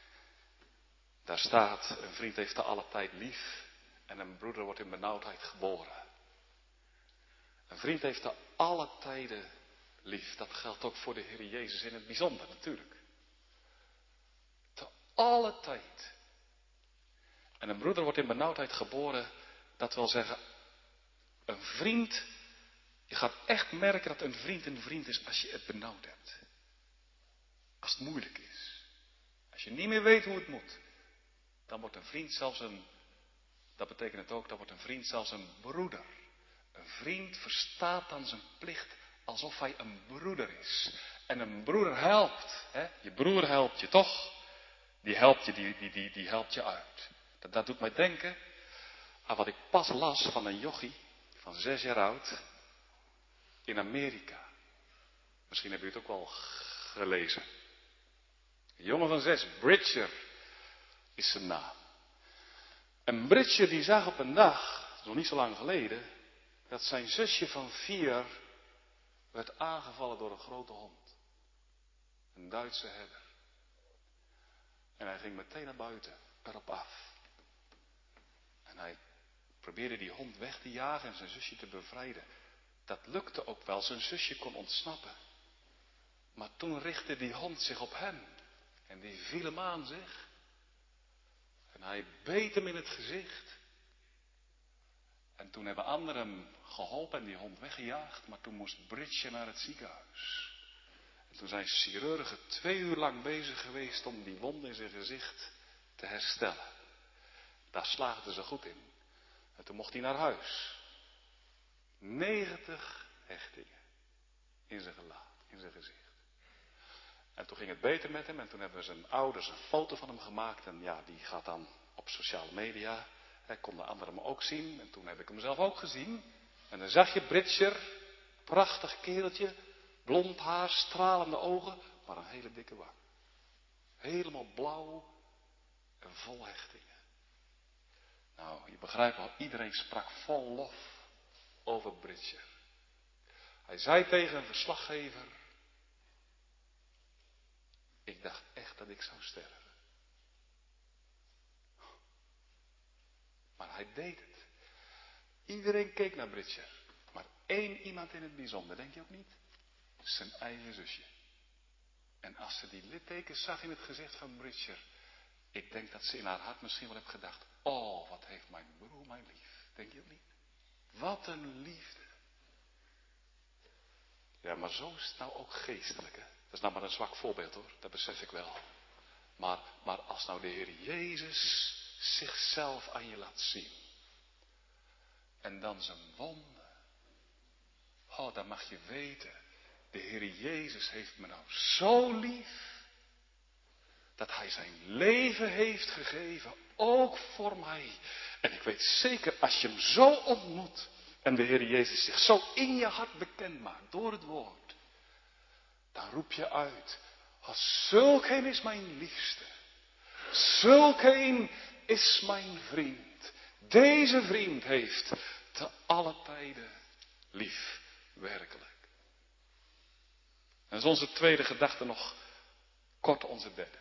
Daar staat, een vriend heeft te alle tijd lief en een broeder wordt in benauwdheid geboren. Een vriend heeft te alle tijden lief. Dat geldt ook voor de Heer Jezus in het bijzonder natuurlijk. Te alle tijd. En een broeder wordt in benauwdheid geboren. Dat wil zeggen, een vriend. Je gaat echt merken dat een vriend een vriend is als je het benauwd hebt. Als het moeilijk is. Als je niet meer weet hoe het moet. Dan wordt een vriend zelfs een, dat betekent het ook, dan wordt een vriend zelfs een broeder. Een vriend verstaat dan zijn plicht alsof hij een broeder is. En een broeder helpt. Hè? Je broer helpt je toch? Die helpt je, die, die, die, die helpt je uit. Dat, dat doet mij denken aan wat ik pas las van een jochie van zes jaar oud in Amerika. Misschien hebben jullie het ook wel gelezen. Een jongen van zes, Bridger is zijn naam. En Bridger die zag op een dag, nog niet zo lang geleden, dat zijn zusje van vier werd aangevallen door een grote hond. Een Duitse herder. En hij ging meteen naar buiten, erop af. En hij probeerde die hond weg te jagen en zijn zusje te bevrijden. Dat lukte ook wel, zijn zusje kon ontsnappen. Maar toen richtte die hond zich op hem. En die viel hem aan, zeg. En hij beet hem in het gezicht. En toen hebben anderen hem geholpen en die hond weggejaagd. Maar toen moest Bridger naar het ziekenhuis. En toen zijn chirurgen twee uur lang bezig geweest om die wond in zijn gezicht te herstellen. Daar slaagden ze goed in. En toen mocht hij naar huis. negentig hechtingen in zijn gelaat, in zijn gezicht. En toen ging het beter met hem en toen hebben zijn ouders een foto van hem gemaakt. En ja, die gaat dan op sociale media. Hij kon de anderen hem ook zien. En toen heb ik hem zelf ook gezien. En dan zag je Bridger, prachtig kereltje, blond haar, stralende ogen, maar een hele dikke wang. Helemaal blauw en vol hechtingen. Nou, je begrijpt wel, iedereen sprak vol lof over Bridger. Hij zei tegen een verslaggever, ik dacht echt dat ik zou sterven. Maar hij deed het. Iedereen keek naar Bridger. Maar één iemand in het bijzonder, denk je ook niet? Zijn eigen zusje. En als ze die littekens zag in het gezicht van Bridger, ik denk dat ze in haar hart misschien wel heeft gedacht, oh, wat heeft mijn broer mij lief. Denk je ook niet? Wat een liefde. Ja, maar zo is het nou ook geestelijk, hè? Dat is nou maar een zwak voorbeeld, hoor. Dat besef ik wel. Maar, maar als nou de Heer Jezus zichzelf aan je laat zien. En dan zijn wonden. Oh, dan mag je weten. De Heer Jezus heeft me nou zo lief. Dat hij zijn leven heeft gegeven. Ook voor mij. En ik weet zeker, als je hem zo ontmoet. En de Heer Jezus zich zo in je hart bekend maakt. Door het woord. Dan roep je uit. Als zulk een is mijn liefste. Zulk een is mijn vriend. Deze vriend heeft te alle tijden lief. Werkelijk. En dat is onze tweede gedachte nog. Kort onze derde.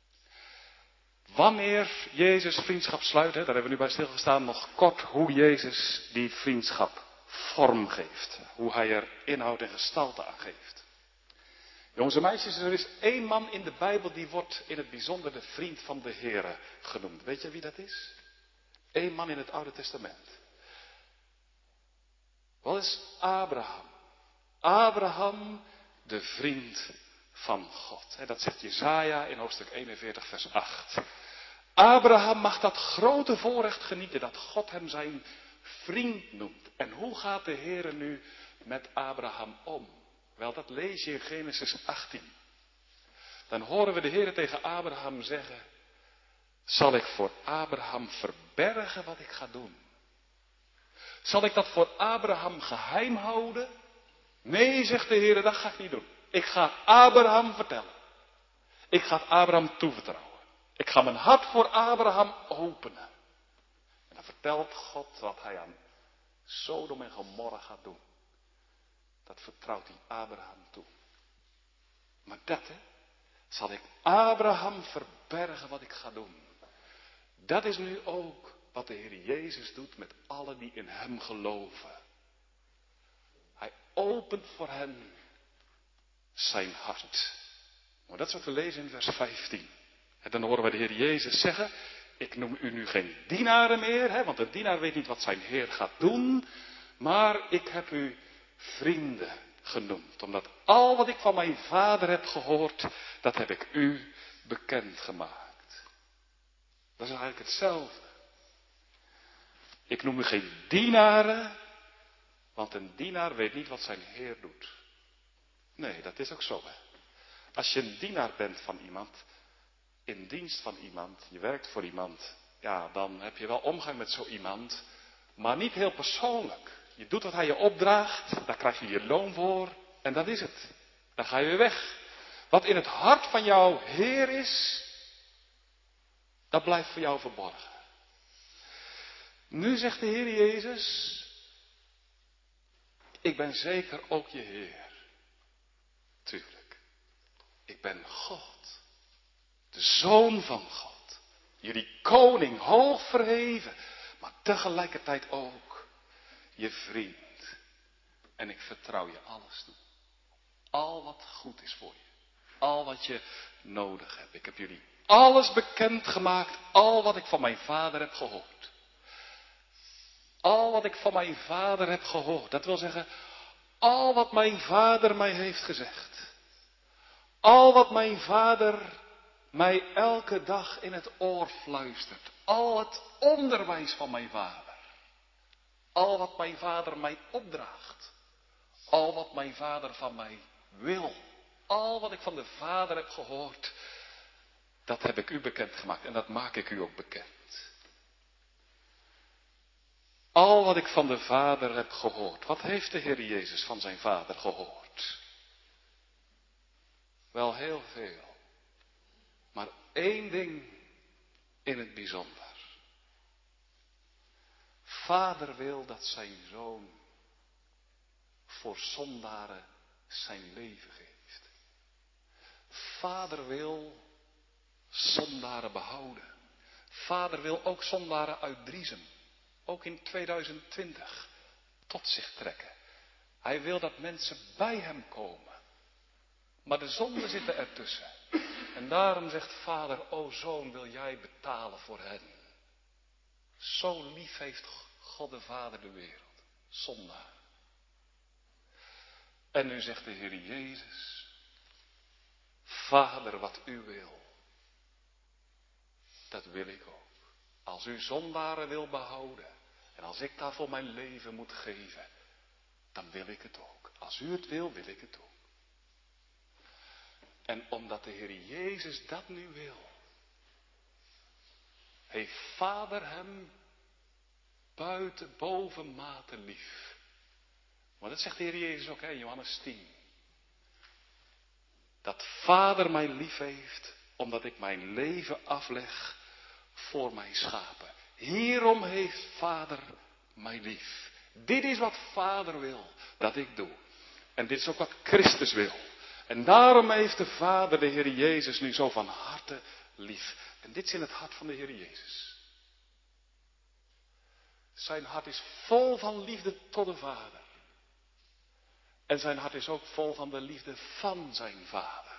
Wanneer Jezus vriendschap sluit, hè, daar hebben we nu bij stilgestaan, nog kort hoe Jezus die vriendschap vorm geeft. Hoe hij er inhoud en gestalte aan geeft. Jongens en meisjes, er is één man in de Bijbel die wordt in het bijzonder de vriend van de Heere genoemd. Weet je wie dat is? Eén man in het Oude Testament. Wat is Abraham? Abraham, de vriend van God. Dat zegt Jesaja in hoofdstuk eenenveertig vers acht. Abraham mag dat grote voorrecht genieten dat God hem zijn vriend noemt. En hoe gaat de Heere nu met Abraham om? Wel, dat lees je in Genesis achttien. Dan horen we de Heere tegen Abraham zeggen. Zal ik voor Abraham verbergen wat ik ga doen? Zal ik dat voor Abraham geheim houden? Nee, zegt de Heere, dat ga ik niet doen. Ik ga het Abraham vertellen. Ik ga het Abraham toevertrouwen. Ik ga mijn hart voor Abraham openen. En dan vertelt God wat hij aan Sodom en Gomorra gaat doen. Dat vertrouwt hij Abraham toe. Maar dat, hè, zal ik Abraham verbergen wat ik ga doen. Dat is nu ook wat de Heer Jezus doet met allen die in hem geloven. Hij opent voor hen zijn hart. Maar dat is wat we lezen in vers vijftien. En dan horen we de Heer Jezus zeggen. Ik noem u nu geen dienaren meer. Hè, want een dienaar weet niet wat zijn Heer gaat doen. Maar ik heb u vrienden genoemd. Omdat al wat ik van mijn Vader heb gehoord. Dat heb ik u bekendgemaakt. Dat is eigenlijk hetzelfde. Ik noem u geen dienaren. Want een dienaar weet niet wat zijn Heer doet. Nee, dat is ook zo, hè. Als je een dienaar bent van iemand, in dienst van iemand, je werkt voor iemand, ja, dan heb je wel omgang met zo iemand, maar niet heel persoonlijk. Je doet wat hij je opdraagt, daar krijg je je loon voor en dat is het. Dan ga je weer weg. Wat in het hart van jouw Heer is, dat blijft voor jou verborgen. Nu zegt de Heer Jezus, ik ben zeker ook je Heer. Tuurlijk. Ik ben God. De Zoon van God. Jullie koning, hoog verheven. Maar tegelijkertijd ook je vriend. En ik vertrouw je alles toe. Al wat goed is voor je. Al wat je nodig hebt. Ik heb jullie alles bekendgemaakt. Al wat ik van mijn Vader heb gehoord. Al wat ik van mijn Vader heb gehoord. Dat wil zeggen, al wat mijn Vader mij heeft gezegd. Al wat mijn Vader mij elke dag in het oor fluistert. Al het onderwijs van mijn Vader. Al wat mijn Vader mij opdraagt. Al wat mijn Vader van mij wil. Al wat ik van de Vader heb gehoord. Dat heb ik u bekendgemaakt en dat maak ik u ook bekend. Al wat ik van de Vader heb gehoord. Wat heeft de Heer Jezus van zijn Vader gehoord? Wel heel veel. Maar één ding in het bijzonder. Vader wil dat zijn zoon voor zondaren zijn leven geeft. Vader wil zondaren behouden. Vader wil ook zondaren uit Driesem, ook in tweeduizend twintig, tot zich trekken. Hij wil dat mensen bij hem komen. Maar de zonden zitten ertussen. En daarom zegt Vader, o Zoon, wil jij betalen voor hen. Zo lief heeft God de Vader de wereld. Zondaar. En nu zegt de Heer Jezus, Vader, wat u wil, dat wil ik ook. Als u zondaren wil behouden en als ik daarvoor mijn leven moet geven, dan wil ik het ook. Als u het wil, wil ik het ook. En omdat de Heer Jezus dat nu wil, heeft Vader hem buiten bovenmate lief. Maar dat zegt de Heer Jezus ook, hè, in Johannes tien. Dat Vader mij lief heeft, omdat ik mijn leven afleg voor mijn schapen. Hierom heeft Vader mij lief. Dit is wat Vader wil, dat ik doe. En dit is ook wat Christus wil. En daarom heeft de Vader de Heer Jezus nu zo van harte lief. En dit is in het hart van de Heer Jezus. Zijn hart is vol van liefde tot de Vader. En zijn hart is ook vol van de liefde van zijn Vader.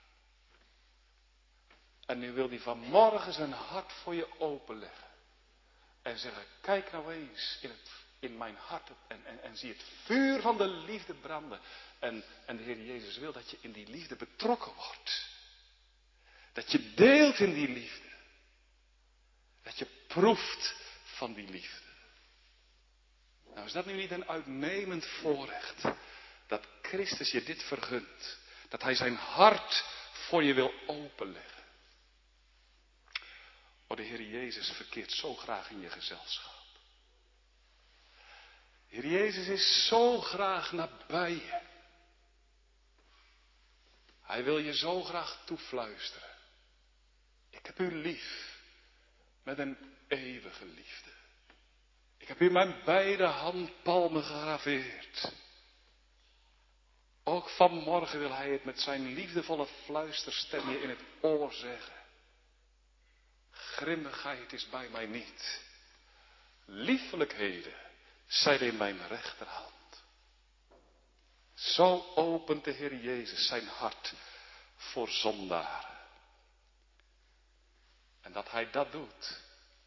En nu wil hij vanmorgen zijn hart voor je openleggen. En zeggen, kijk nou eens in, het, in mijn hart en, en, en zie het vuur van de liefde branden. En, en de Heer Jezus wil dat je in die liefde betrokken wordt. Dat je deelt in die liefde. Dat je proeft van die liefde. Nou, is dat nu niet een uitnemend voorrecht? Dat Christus je dit vergunt. Dat hij zijn hart voor je wil openleggen. Oh, de Heer Jezus verkeert zo graag in je gezelschap. De Heer Jezus is zo graag nabij je. Hij wil je zo graag toefluisteren. Ik heb u lief. Met een eeuwige liefde. Ik heb u mijn beide handpalmen gegraveerd. Ook vanmorgen wil hij het met zijn liefdevolle fluisterstem je in het oor zeggen. Grimmigheid is bij mij niet. Liefelijkheden zijn in mijn rechterhand. Zo opent de Heer Jezus zijn hart voor zondaren. En dat hij dat doet,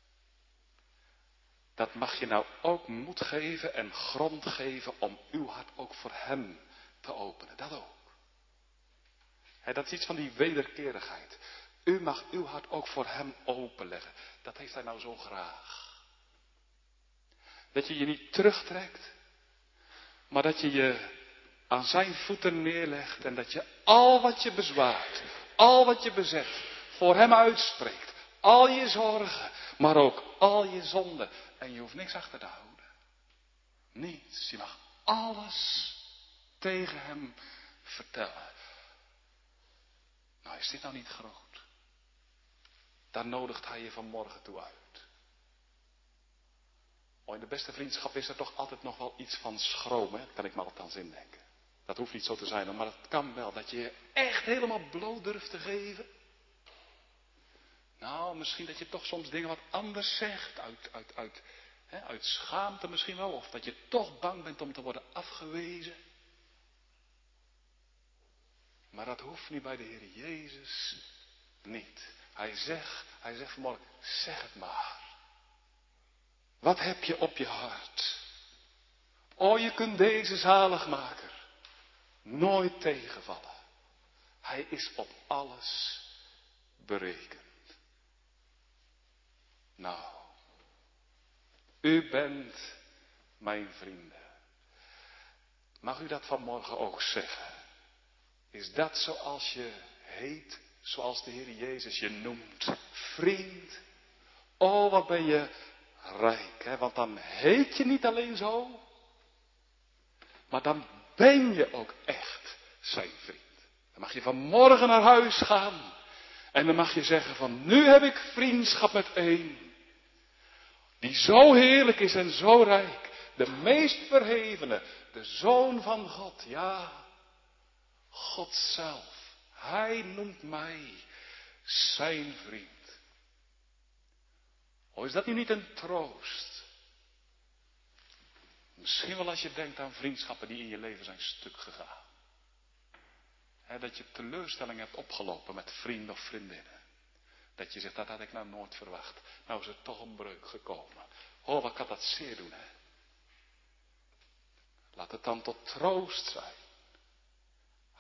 dat mag je nou ook moed geven en grond geven om uw hart ook voor hem te openen. Dat ook. He, dat is iets van die wederkerigheid. U mag uw hart ook voor hem openleggen. Dat heeft hij nou zo graag. Dat je je niet terugtrekt, maar dat je je aan zijn voeten neerlegt en dat je al wat je bezwaart, al wat je bezet, voor hem uitspreekt. Al je zorgen, maar ook al je zonden. En je hoeft niks achter te houden. Niets. Je mag alles tegen hem vertellen. Nou, is dit nou niet groot? Daar nodigt hij je vanmorgen toe uit. Oh, in de beste vriendschap is er toch altijd nog wel iets van schroom, hè? Kan ik me althans indenken. Dat hoeft niet zo te zijn, maar het kan wel. Dat je je echt helemaal bloot durft te geven. Nou, misschien dat je toch soms dingen wat anders zegt. Uit, uit, uit, hè, uit schaamte misschien wel. Of dat je toch bang bent om te worden afgewezen. Maar dat hoeft niet bij de Heer Jezus niet. Hij zegt, hij zegt vanmorgen, zeg het maar. Wat heb je op je hart? Oh, je kunt deze zaligmaker nooit tegenvallen. Hij is op alles berekend. Nou, u bent mijn vrienden. Mag u dat vanmorgen ook zeggen? Is dat zoals je heet, zoals de Heer Jezus je noemt? Vriend. Oh, wat ben je rijk, hè? Want dan heet je niet alleen zo, maar dan ben je ook echt zijn vriend. Dan mag je vanmorgen naar huis gaan en dan mag je zeggen van nu heb ik vriendschap met één. Die zo heerlijk is en zo rijk. De meest verhevene. De Zoon van God. Ja. God zelf. Hij noemt mij zijn vriend. Oh, is dat nu niet een troost? Misschien wel als je denkt aan vriendschappen die in je leven zijn stuk gegaan. He, dat je teleurstelling hebt opgelopen met vrienden of vriendinnen. Dat je zegt, dat had ik nou nooit verwacht. Nou is er toch een breuk gekomen. Oh, wat kan dat zeer doen, hè? Laat het dan tot troost zijn.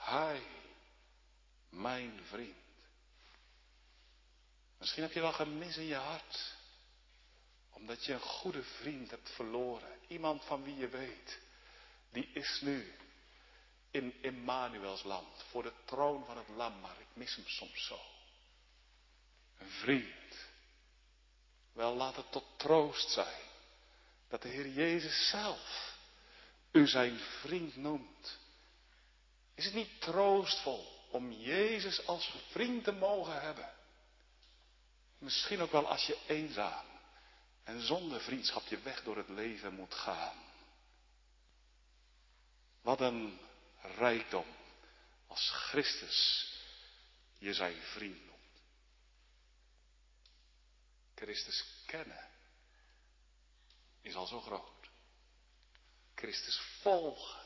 hij, mijn vriend. Misschien heb je wel gemis in je hart. Omdat je een goede vriend hebt verloren. Iemand van wie je weet. Die is nu in Immanuels land. Voor de troon van het lam. Maar ik mis hem soms zo. Een vriend. Wel, laat het tot troost zijn. Dat de Heer Jezus zelf u zijn vriend noemt. Is het niet troostvol om Jezus als vriend te mogen hebben? Misschien ook wel als je eenzaam en zonder vriendschap je weg door het leven moet gaan. Wat een rijkdom als Christus je zijn vriend noemt. Christus kennen is al zo groot. Christus volgen.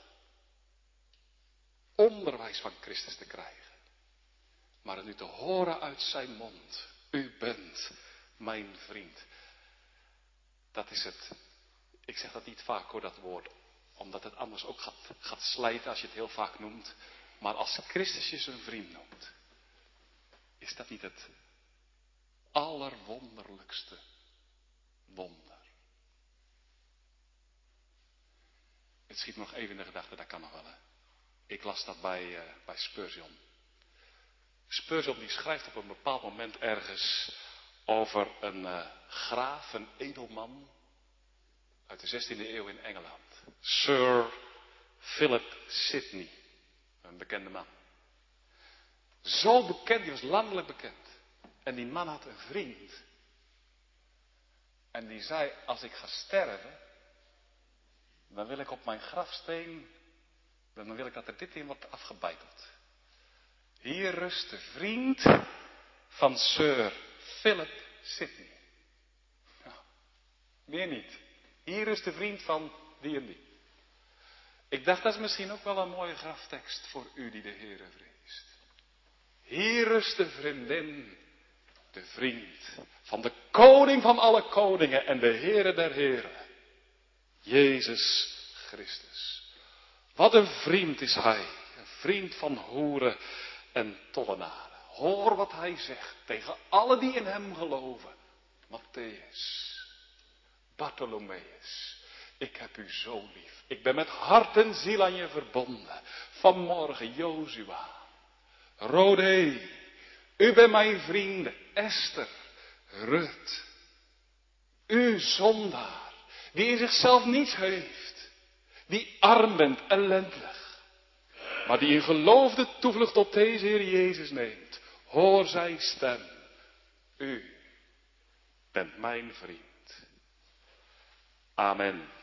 Onderwijs van Christus te krijgen. Maar het nu te horen uit zijn mond. U bent mijn vriend. Dat is het. Ik zeg dat niet vaak hoor, dat woord. Omdat het anders ook gaat, gaat slijten als je het heel vaak noemt. Maar als Christus je zijn vriend noemt. Is dat niet het allerwonderlijkste wonder. Het schiet me nog even in de gedachte, dat kan nog wel hè. Ik las dat bij, uh, bij Spurgeon. Spurgeon die schrijft op een bepaald moment ergens over een uh, graaf, een edelman uit de zestiende eeuw in Engeland. Sir Philip Sidney, een bekende man. Zo bekend, die was landelijk bekend. En die man had een vriend. En die zei, als ik ga sterven, dan wil ik op mijn grafsteen, dan wil ik dat er dit in wordt afgebeiteld. Hier rust de vriend van Sir Philip Sidney. Nou, meer niet. Hier is de vriend van die en die. Ik dacht, dat is misschien ook wel een mooie graftekst voor u die de Heere vreest. Hier rust de vriendin, de vriend van de koning van alle koningen en de Heere der heren. Jezus Christus. Wat een vriend is hij. Een vriend van hoeren en tollenaren. Hoor wat hij zegt tegen alle die in hem geloven. Matthäus, Bartholomeus, ik heb u zo lief. Ik ben met hart en ziel aan je verbonden. Vanmorgen Jozua, Rode, u bent mijn vrienden. Esther, Rut, u zondaar, die in zichzelf niets heeft. Die arm bent, ellendig. Maar die in geloof de toevlucht tot deze Heer Jezus neemt. Hoor zijn stem. U bent mijn vriend. Amen.